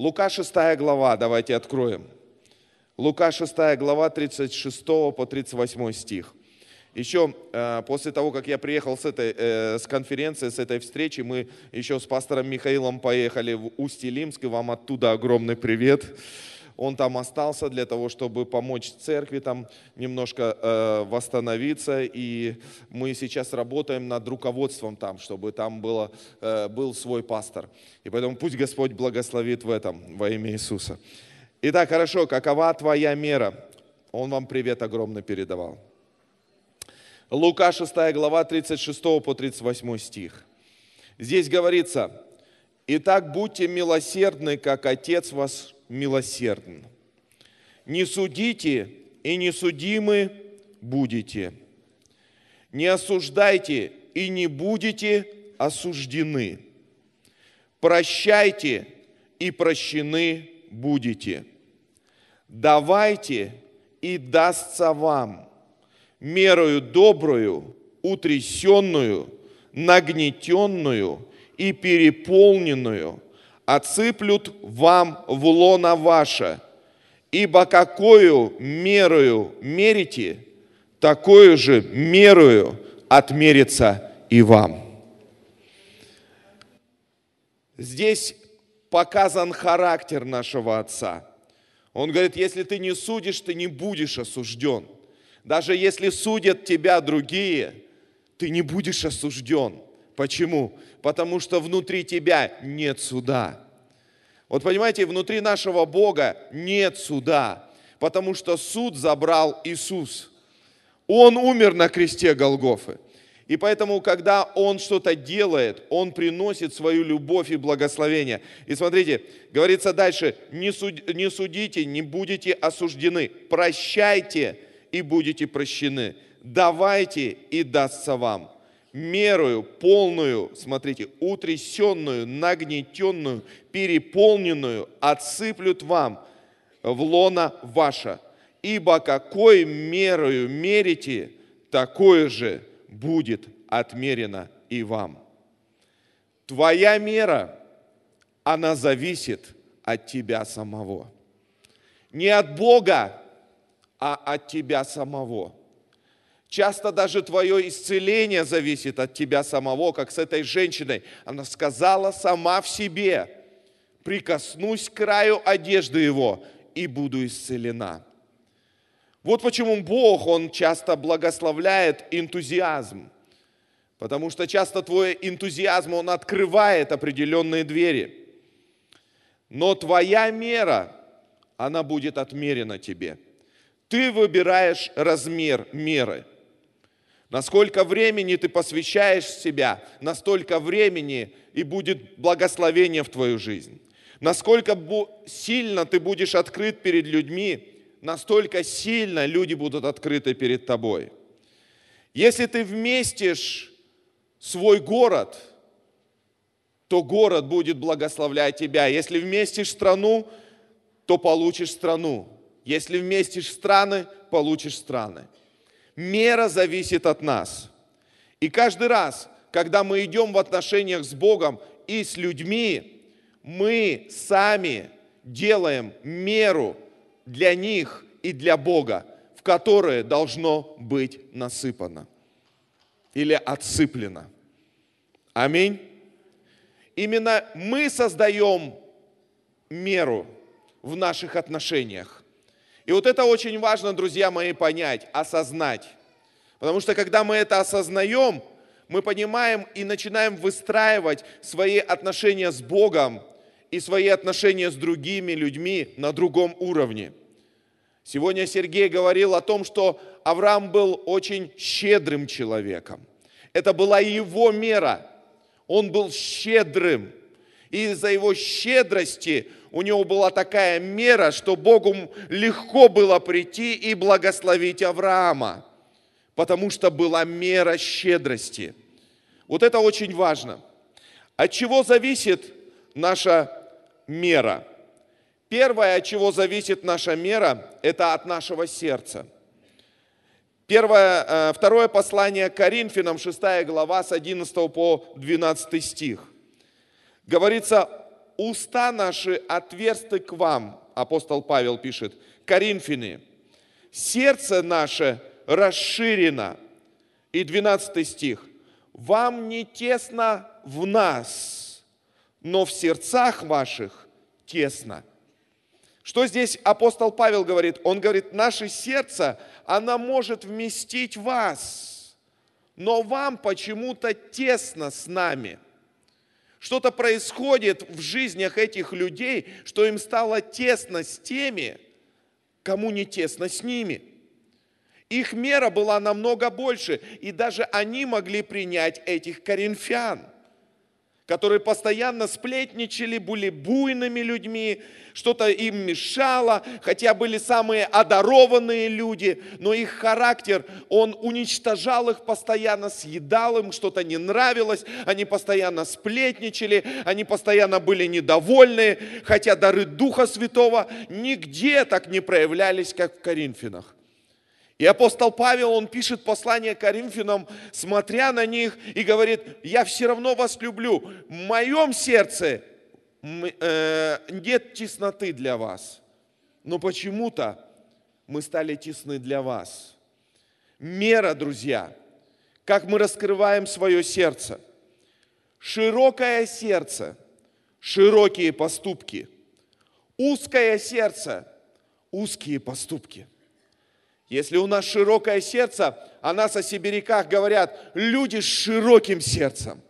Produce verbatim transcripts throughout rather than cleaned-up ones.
Лука шестая глава, давайте откроем. Лука шестая глава, тридцать шестой по тридцать восьмой стих. Еще э, после того, как я приехал с, этой, э, с конференции, с этой встречи, мы еще с пастором Михаилом поехали в Усть-Илимск, и вам оттуда огромный привет. Он там остался для того, чтобы помочь церкви там немножко э, восстановиться, и мы сейчас работаем над руководством там, чтобы там было, э, был свой пастор. И поэтому пусть Господь благословит в этом во имя Иисуса. Итак, хорошо, какова твоя мера? Он вам привет огромный передавал. Лука шестая глава, тридцать шестой по тридцать восьмой стих. Здесь говорится: «Итак, будьте милосердны, как Отец вас милосерден. Не судите, и не судимы будете. Не осуждайте, и не будете осуждены. Прощайте, и прощены будете. Давайте, и дастся вам. Мерою добрую, утрясенную, нагнетенную и переполненную отсыплют вам в лоно ваше, ибо какою мерою мерите, такою же мерою отмерится и вам». Здесь показан характер нашего Отца. Он говорит, если ты не судишь, ты не будешь осужден. Даже если судят тебя другие, ты не будешь осужден. Почему? Потому что внутри тебя нет суда. Вот понимаете, внутри нашего Бога нет суда, потому что суд забрал Иисус. Он умер на кресте Голгофы. И поэтому, когда Он что-то делает, Он приносит свою любовь и благословение. И смотрите, говорится дальше, не, суд, не судите, не будете осуждены, прощайте, и будете прощены. Давайте, и дастся вам. Мерою полную, смотрите, утрясенную, нагнетенную, переполненную отсыплют вам в лоно ваше. Ибо какой мерою мерите, такое же будет отмерено и вам. Твоя мера, она зависит от тебя самого. Не от Бога, а от тебя самого. Часто даже твое исцеление зависит от тебя самого, как с этой женщиной. Она сказала сама в себе: «Прикоснусь к краю одежды его, и буду исцелена». Вот почему Бог, Он часто благословляет энтузиазм. Потому что часто твой энтузиазм, он открывает определенные двери. Но твоя мера, она будет отмерена тебе. Ты выбираешь размер меры. Насколько времени ты посвящаешь себя, настолько времени и будет благословение в твою жизнь. Насколько сильно ты будешь открыт перед людьми, настолько сильно люди будут открыты перед тобой. Если ты вместишь свой город, то город будет благословлять тебя. Если вместишь страну, то получишь страну. Если вместишь страны, получишь страны. Мера зависит от нас. И каждый раз, когда мы идем в отношениях с Богом и с людьми, мы сами делаем меру для них и для Бога, в которое должно быть насыпано или отсыплено. Аминь. Именно мы создаем меру в наших отношениях. И вот это очень важно, друзья мои, понять, осознать. Потому что когда мы это осознаем, мы понимаем и начинаем выстраивать свои отношения с Богом и свои отношения с другими людьми на другом уровне. Сегодня Сергей говорил о том, что Авраам был очень щедрым человеком. Это была его мера. Он был щедрым. И из-за его щедрости у него была такая мера, что Богу легко было прийти и благословить Авраама, потому что была мера щедрости. Вот это очень важно. От чего зависит наша мера? Первое, от чего зависит наша мера, это от нашего сердца. Первое, второе послание к Коринфянам, шестая глава, с одиннадцатого по двенадцатый стих. Говорится: уста наши отверсты к вам, апостол Павел пишет, Коринфяне, сердце наше расширено. И двенадцатый стих. Вам не тесно в нас, но в сердцах ваших тесно. Что здесь апостол Павел говорит? Он говорит, наше сердце, оно может вместить вас, но вам почему-то тесно с нами. Что-то происходит в жизнях этих людей, что им стало тесно с теми, кому не тесно с ними. Их мера была намного больше, и даже они могли принять этих коринфян, которые постоянно сплетничали, были буйными людьми, что-то им мешало, хотя были самые одарованные люди, но их характер, он уничтожал их постоянно, съедал им, что-то не нравилось, они постоянно сплетничали, они постоянно были недовольны, хотя дары Духа Святого нигде так не проявлялись, как в Коринфянах. И апостол Павел, он пишет послание Коринфянам, смотря на них, и говорит, я все равно вас люблю. В моем сердце нет тесноты для вас, но почему-то мы стали тесны для вас. Мера, друзья, как мы раскрываем свое сердце. Широкое сердце, широкие поступки. Узкое сердце, узкие поступки. Если у нас широкое сердце, о нас, о сибиряках говорят, люди с широким сердцем.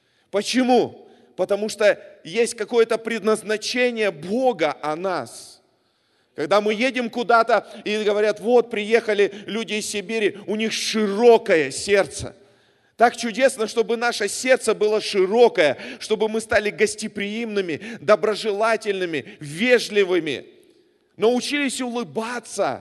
Почему? Потому что есть какое-то предназначение Бога о нас. Когда мы едем куда-то и говорят, вот приехали люди из Сибири, у них широкое сердце. Так чудесно, чтобы наше сердце было широкое, чтобы мы стали гостеприимными, доброжелательными, вежливыми, научились улыбаться,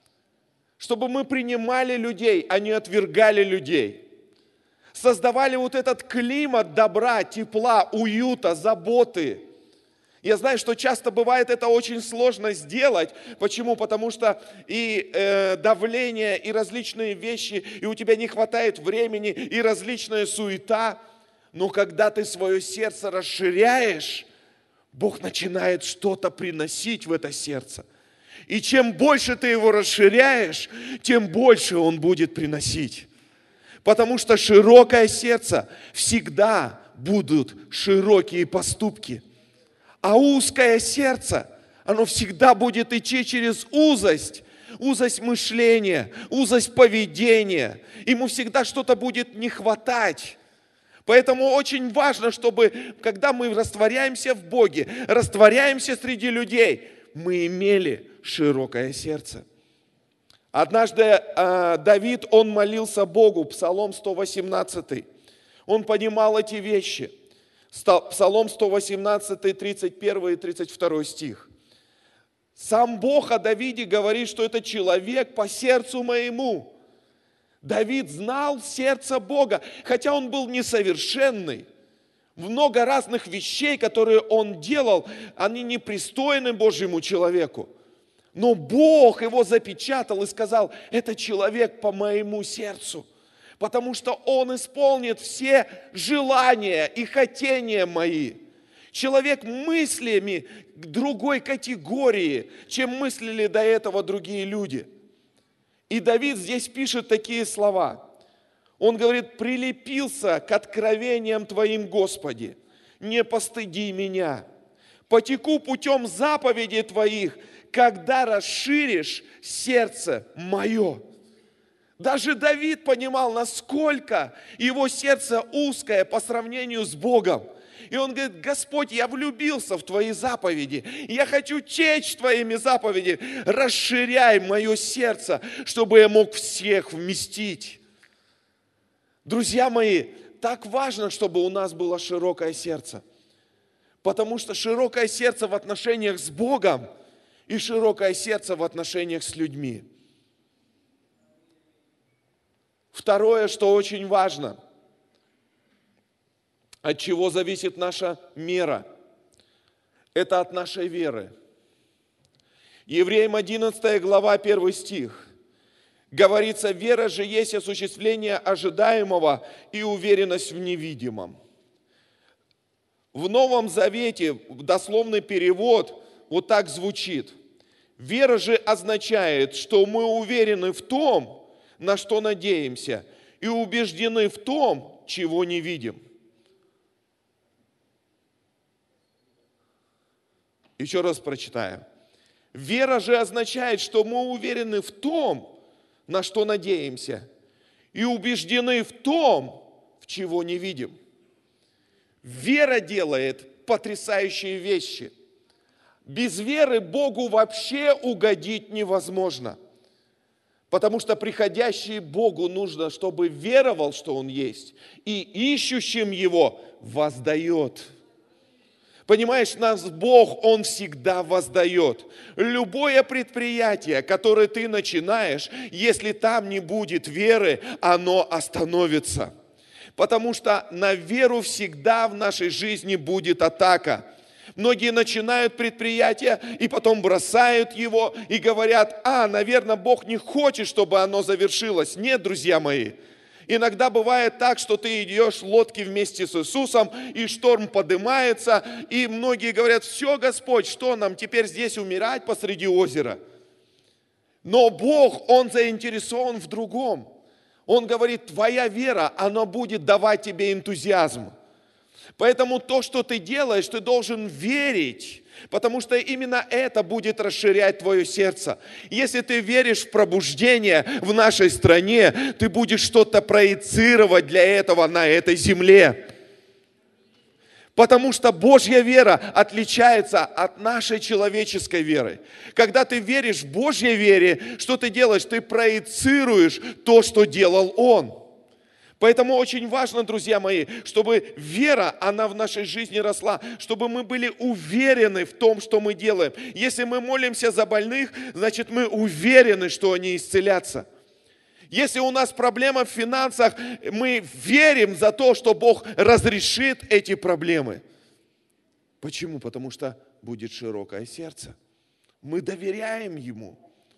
чтобы мы принимали людей, а не отвергали людей. Создавали вот этот климат добра, тепла, уюта, заботы. Я знаю, что часто бывает это очень сложно сделать. Почему? Потому что и э, давление, и различные вещи, и у тебя не хватает времени, и различная суета. Но когда ты свое сердце расширяешь, Бог начинает что-то приносить в это сердце. И чем больше ты его расширяешь, тем больше он будет приносить. Потому что широкое сердце всегда будут широкие поступки. А узкое сердце, оно всегда будет идти через узость. Узость мышления, узость поведения. Ему всегда что-то будет не хватать. Поэтому очень важно, чтобы, когда мы растворяемся в Боге, растворяемся среди людей, мы имели широкое сердце. Однажды э, Давид, он молился Богу, Псалом сто восемнадцатый. Он понимал эти вещи. Псалом сто восемнадцатый, тридцать первый и тридцать второй стих. Сам Бог о Давиде говорит, что это человек по сердцу моему. Давид знал сердце Бога, хотя он был несовершенный. Много разных вещей, которые он делал, они непристойны Божьему человеку. Но Бог его запечатал и сказал, это человек по моему сердцу, потому что он исполнит все желания и хотения мои. Человек мыслями другой категории, чем мыслили до этого другие люди. И Давид здесь пишет такие слова. Он говорит, прилепился к откровениям Твоим, Господи, не постыди меня. Потеку путем заповедей Твоих, когда расширишь сердце мое. Даже Давид понимал, насколько его сердце узкое по сравнению с Богом. И он говорит, Господь, я влюбился в Твои заповеди. Я хочу течь Твоими заповедями. Расширяй мое сердце, чтобы я мог всех вместить. Друзья мои, так важно, чтобы у нас было широкое сердце. Потому что широкое сердце в отношениях с Богом и широкое сердце в отношениях с людьми. Второе, что очень важно, от чего зависит наша мера, это от нашей веры. Евреям одиннадцатая глава, первый стих. Говорится, вера же есть осуществление ожидаемого и уверенность в невидимом. В Новом Завете дословный перевод вот так звучит. Вера же означает, что мы уверены в том, на что надеемся, и убеждены в том, чего не видим. Еще раз прочитаю. Вера же означает, что мы уверены в том, на что надеемся, и убеждены в том, в чего не видим. Вера делает потрясающие вещи. Без веры Богу вообще угодить невозможно. Потому что приходящий Богу нужно, чтобы веровал, что Он есть, и ищущим Его воздает. Понимаешь, нас Бог, Он всегда воздает. Любое предприятие, которое ты начинаешь, если там не будет веры, оно остановится. Потому что на веру всегда в нашей жизни будет атака. Многие начинают предприятие и потом бросают его и говорят: а, наверное, Бог не хочет, чтобы оно завершилось. Нет, друзья мои. Иногда бывает так, что ты идешь в лодке вместе с Иисусом, и шторм поднимается, и многие говорят: все, Господь, что нам теперь здесь умирать посреди озера? Но Бог, Он заинтересован в другом. Он говорит: твоя вера, она будет давать тебе энтузиазм. Поэтому то, что ты делаешь, ты должен верить, потому что именно это будет расширять твое сердце. Если ты веришь в пробуждение в нашей стране, ты будешь что-то проецировать для этого на этой земле. Потому что Божья вера отличается от нашей человеческой веры. Когда ты веришь в Божьей вере, что ты делаешь? Ты проецируешь то, что делал Он. Поэтому очень важно, друзья мои, чтобы вера, она в нашей жизни росла, чтобы мы были уверены в том, что мы делаем. Если мы молимся за больных, значит, мы уверены, что они исцелятся. Если у нас проблема в финансах, мы верим за то, что Бог разрешит эти проблемы. Почему? Потому что будет широкое сердце. Мы доверяем Ему.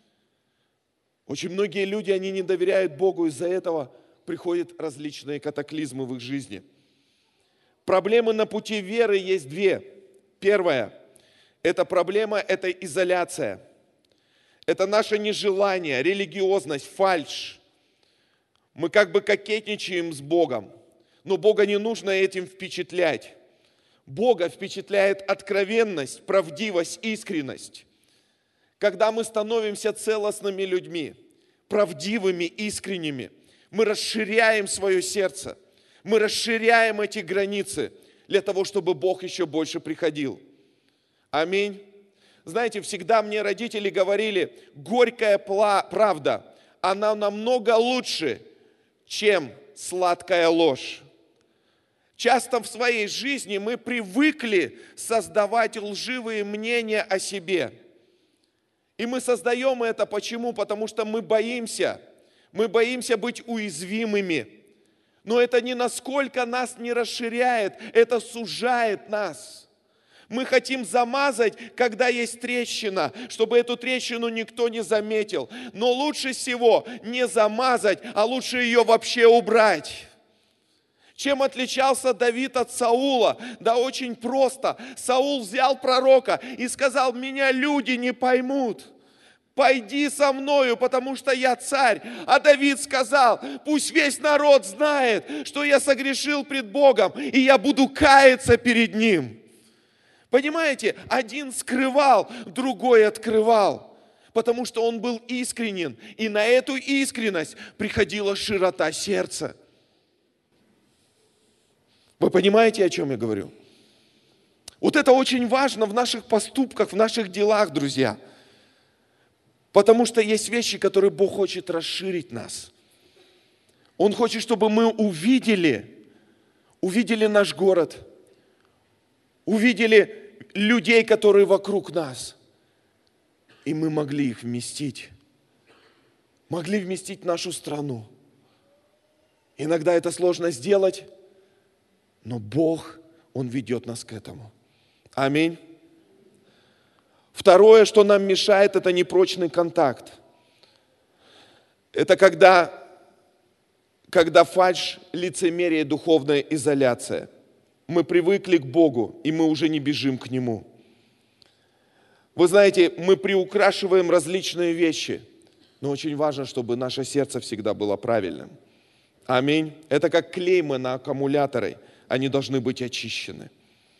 Очень многие люди, они не доверяют Богу, из-за этого приходят различные катаклизмы в их жизни. Проблемы на пути веры есть две. Первая – это проблема, это изоляция. Это наше нежелание, религиозность, фальшь. Мы как бы кокетничаем с Богом, но Бога не нужно этим впечатлять. Бога впечатляет откровенность, правдивость, искренность. Когда мы становимся целостными людьми, правдивыми, искренними, мы расширяем свое сердце, мы расширяем эти границы для того, чтобы Бог еще больше приходил. Аминь. Знаете, всегда мне родители говорили: горькая правда, она намного лучше, чем сладкая ложь. Часто в своей жизни мы привыкли создавать лживые мнения о себе. И мы создаем это почему? Потому что мы боимся. Мы боимся быть уязвимыми. Но это ни насколько нас не расширяет, это сужает нас. Мы хотим замазать, когда есть трещина, чтобы эту трещину никто не заметил. Но лучше всего не замазать, а лучше ее вообще убрать. Чем отличался Давид от Саула? Да очень просто. Саул взял пророка и сказал: меня люди не поймут. Пойди со мною, потому что я царь. А Давид сказал: пусть весь народ знает, что я согрешил пред Богом, и я буду каяться перед Ним. Понимаете, один скрывал, другой открывал, потому что он был искренен, и на эту искренность приходила широта сердца. Вы понимаете, о чем я говорю? Вот это очень важно в наших поступках, в наших делах, друзья. Потому что есть вещи, которые Бог хочет расширить нас. Он хочет, чтобы мы увидели, увидели наш город, увидели людей, которые вокруг нас, и мы могли их вместить. Могли вместить нашу страну. Иногда это сложно сделать, но Бог, Он ведет нас к этому. Аминь. Второе, что нам мешает, это непрочный контакт. Это когда, когда фальшь, лицемерие, духовная изоляция. мы привыкли к Богу, и мы уже не бежим к Нему. Вы знаете, мы приукрашиваем различные вещи, но очень важно, чтобы наше сердце всегда было правильным. Аминь. Это как клеймы на аккумуляторы, они должны быть очищены.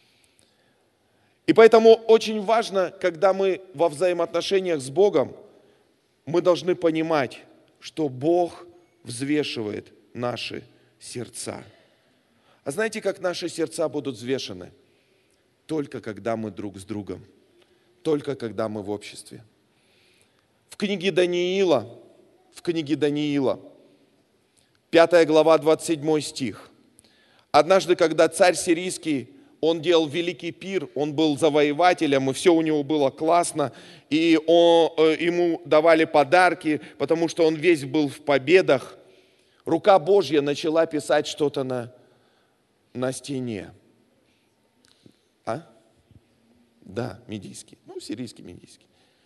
И поэтому очень важно, когда мы во взаимоотношениях с Богом, мы должны понимать, что Бог взвешивает наши сердца. А знаете, как наши сердца будут взвешены? Только когда мы друг с другом, только когда мы в обществе. В книге Даниила, в книге Даниила, пятая глава, двадцать седьмой стих. Однажды, когда царь сирийский, он делал великий пир, он был завоевателем, и все у него было классно, и он, ему давали подарки, потому что он весь был в победах. Рука Божья начала писать что-то на, на стене. А? Да, медийский. Ну, сирийский, медийский.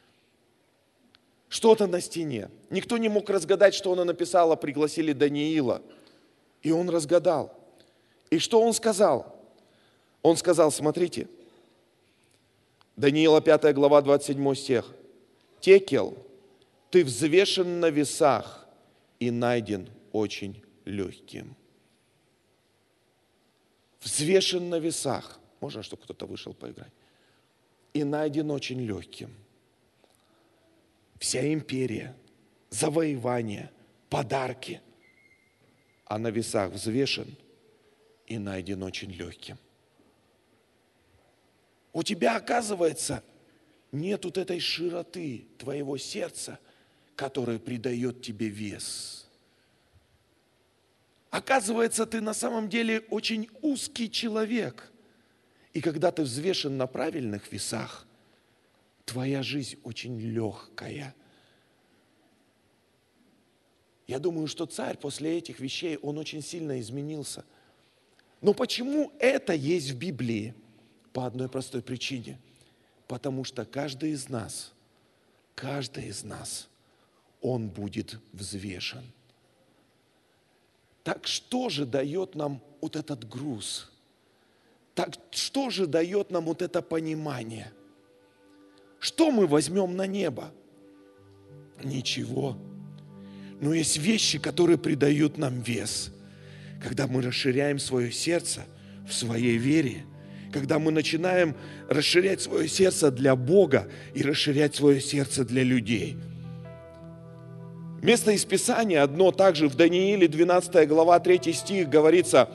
Что-то на стене. Никто не мог разгадать, что она написала, пригласили Даниила. И он разгадал. И что он сказал? Он сказал, смотрите, Даниила пятая глава, двадцать седьмой стих. Текел, ты взвешен на весах и найден очень легким. Взвешен на весах. Можно, чтобы кто-то вышел поиграть? И найден очень легким. Вся империя, завоевание, подарки, а на весах взвешен и найден очень легким. У тебя, оказывается, нет вот этой широты твоего сердца, которая придает тебе вес. Оказывается, ты на самом деле очень узкий человек. И когда ты взвешен на правильных весах, твоя жизнь очень легкая. Я думаю, что царь после этих вещей, он очень сильно изменился. Но почему это есть в Библии? По одной простой причине. Потому что каждый из нас, каждый из нас, он будет взвешен. Так что же дает нам вот этот груз? Так что же дает нам вот это понимание? Что мы возьмем на небо? Ничего. Но есть вещи, которые придают нам вес. Когда мы расширяем свое сердце в своей вере, когда мы начинаем расширять свое сердце для Бога и расширять свое сердце для людей. Место из Писания одно также в Данииле, двенадцатая глава, третий стих говорится: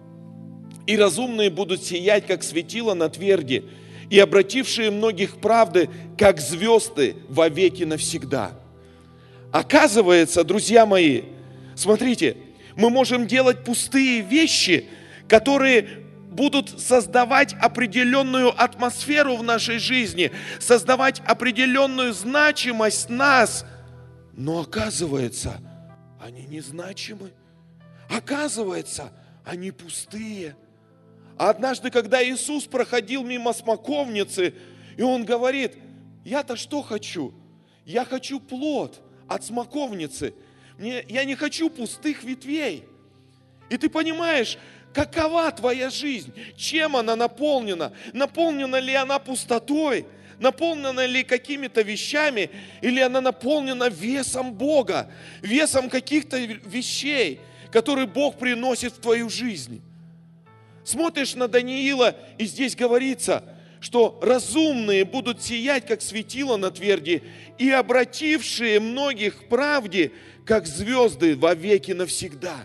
«И разумные будут сиять, как светило на тверди, и обратившие многих правды, как звезды вовеки навсегда». Оказывается, друзья мои, смотрите, мы можем делать пустые вещи, которые будут создавать определенную атмосферу в нашей жизни, создавать определенную значимость нас. Но оказывается, они незначимы. Оказывается, они пустые. А однажды, когда Иисус проходил мимо смоковницы, и Он говорит: я-то что хочу? Я хочу плод от смоковницы. Мне, я не хочу пустых ветвей. И ты понимаешь, какова твоя жизнь? Чем она наполнена? Наполнена ли она пустотой? Наполнена ли какими-то вещами? Или она наполнена весом Бога? Весом каких-то вещей, которые Бог приносит в твою жизнь? Смотришь на Даниила, и здесь говорится, что разумные будут сиять, как светило на тверди, и обратившие многих к правде, как звезды вовеки навсегда.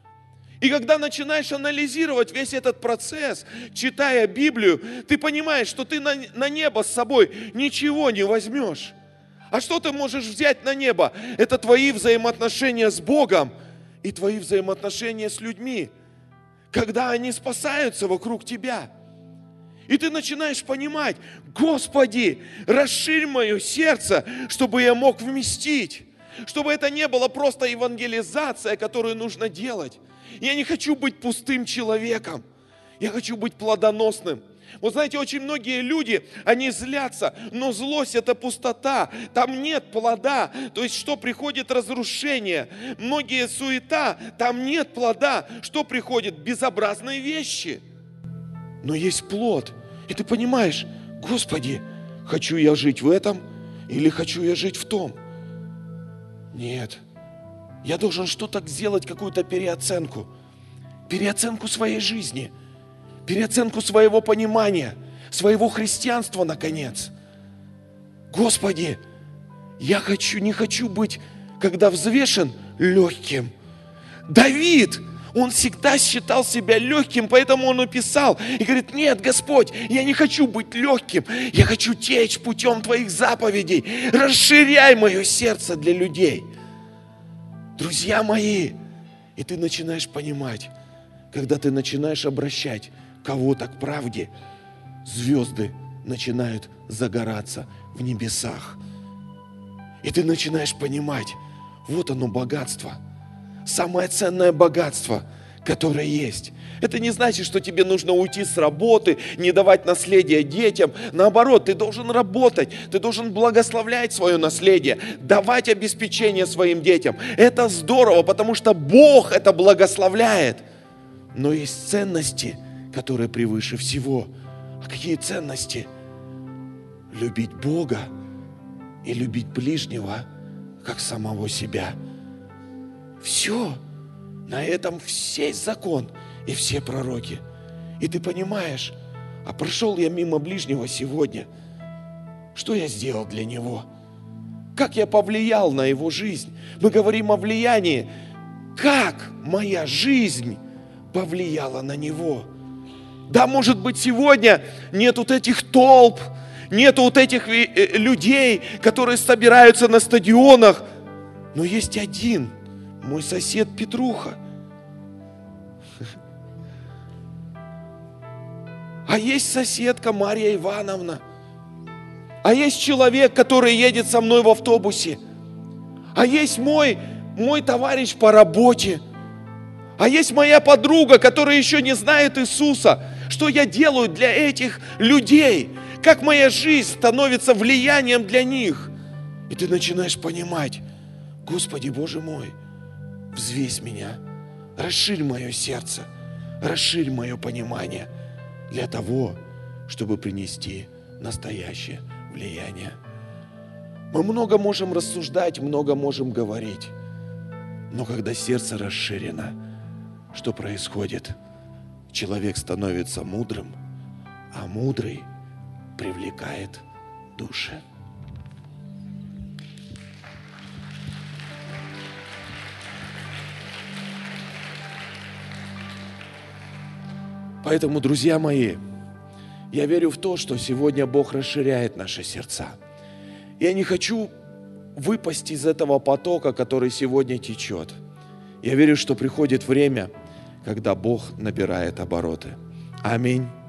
И когда начинаешь анализировать весь этот процесс, читая Библию, ты понимаешь, что ты на, на небо с собой ничего не возьмешь. А что ты можешь взять на небо? Это твои взаимоотношения с Богом и твои взаимоотношения с людьми, когда они спасаются вокруг тебя. И ты начинаешь понимать: Господи, расширь мое сердце, чтобы я мог вместить, чтобы это не было просто евангелизация, которую нужно делать. Я не хочу быть пустым человеком. Я хочу быть плодоносным. Вот знаете, очень многие люди, они злятся, но злость – это пустота. Там нет плода. То есть, что приходит? Разрушение. Многие суета, там нет плода. Что приходит? Безобразные вещи. но есть плод. И ты понимаешь, Господи, хочу я жить в этом или хочу я жить в том? Нет. Я должен что-то сделать, какую-то переоценку. Переоценку своей жизни. Переоценку своего понимания, своего христианства, наконец. Господи, я хочу, не хочу быть, когда взвешен, легким. Давид, он всегда считал себя легким, поэтому он написал и говорит: нет, Господь, я не хочу быть легким, я хочу течь путем Твоих заповедей. Расширяй мое сердце для людей. Друзья мои, и ты начинаешь понимать, когда ты начинаешь обращать кого-то к правде, звезды начинают загораться в небесах. И ты начинаешь понимать, вот оно богатство, самое ценное богатство, которое есть. Это не значит, что тебе нужно уйти с работы, не давать наследие детям. Наоборот, ты должен работать, ты должен благословлять свое наследие, давать обеспечение своим детям. Это здорово, потому что Бог это благословляет. Но есть ценности, которые превыше всего. А какие ценности? Любить Бога и любить ближнего, как самого себя. Все. На этом весь закон и все пророки. И ты понимаешь, а прошел я мимо ближнего сегодня. Что я сделал для него? Как я повлиял на его жизнь? Мы говорим о влиянии. Как моя жизнь повлияла на него? Да, может быть, сегодня нет вот этих толп, нет вот этих людей, которые собираются на стадионах. Но есть один, мой сосед Петруха. А есть соседка Марья Ивановна. А есть человек, который едет со мной в автобусе. А есть мой, мой товарищ по работе. А есть моя подруга, которая еще не знает Иисуса. Что я делаю для этих людей? Как моя жизнь становится влиянием для них? И ты начинаешь понимать: Господи, Боже мой, взвесь меня, расширь мое сердце, расширь мое понимание для того, чтобы принести настоящее влияние. Мы много можем рассуждать, много можем говорить, но когда сердце расширено, что происходит? Человек становится мудрым, а мудрый привлекает души. Поэтому, друзья мои, я верю в то, что сегодня Бог расширяет наши сердца. Я не хочу выпасть из этого потока, который сегодня течет. Я верю, что приходит время, когда Бог набирает обороты. Аминь.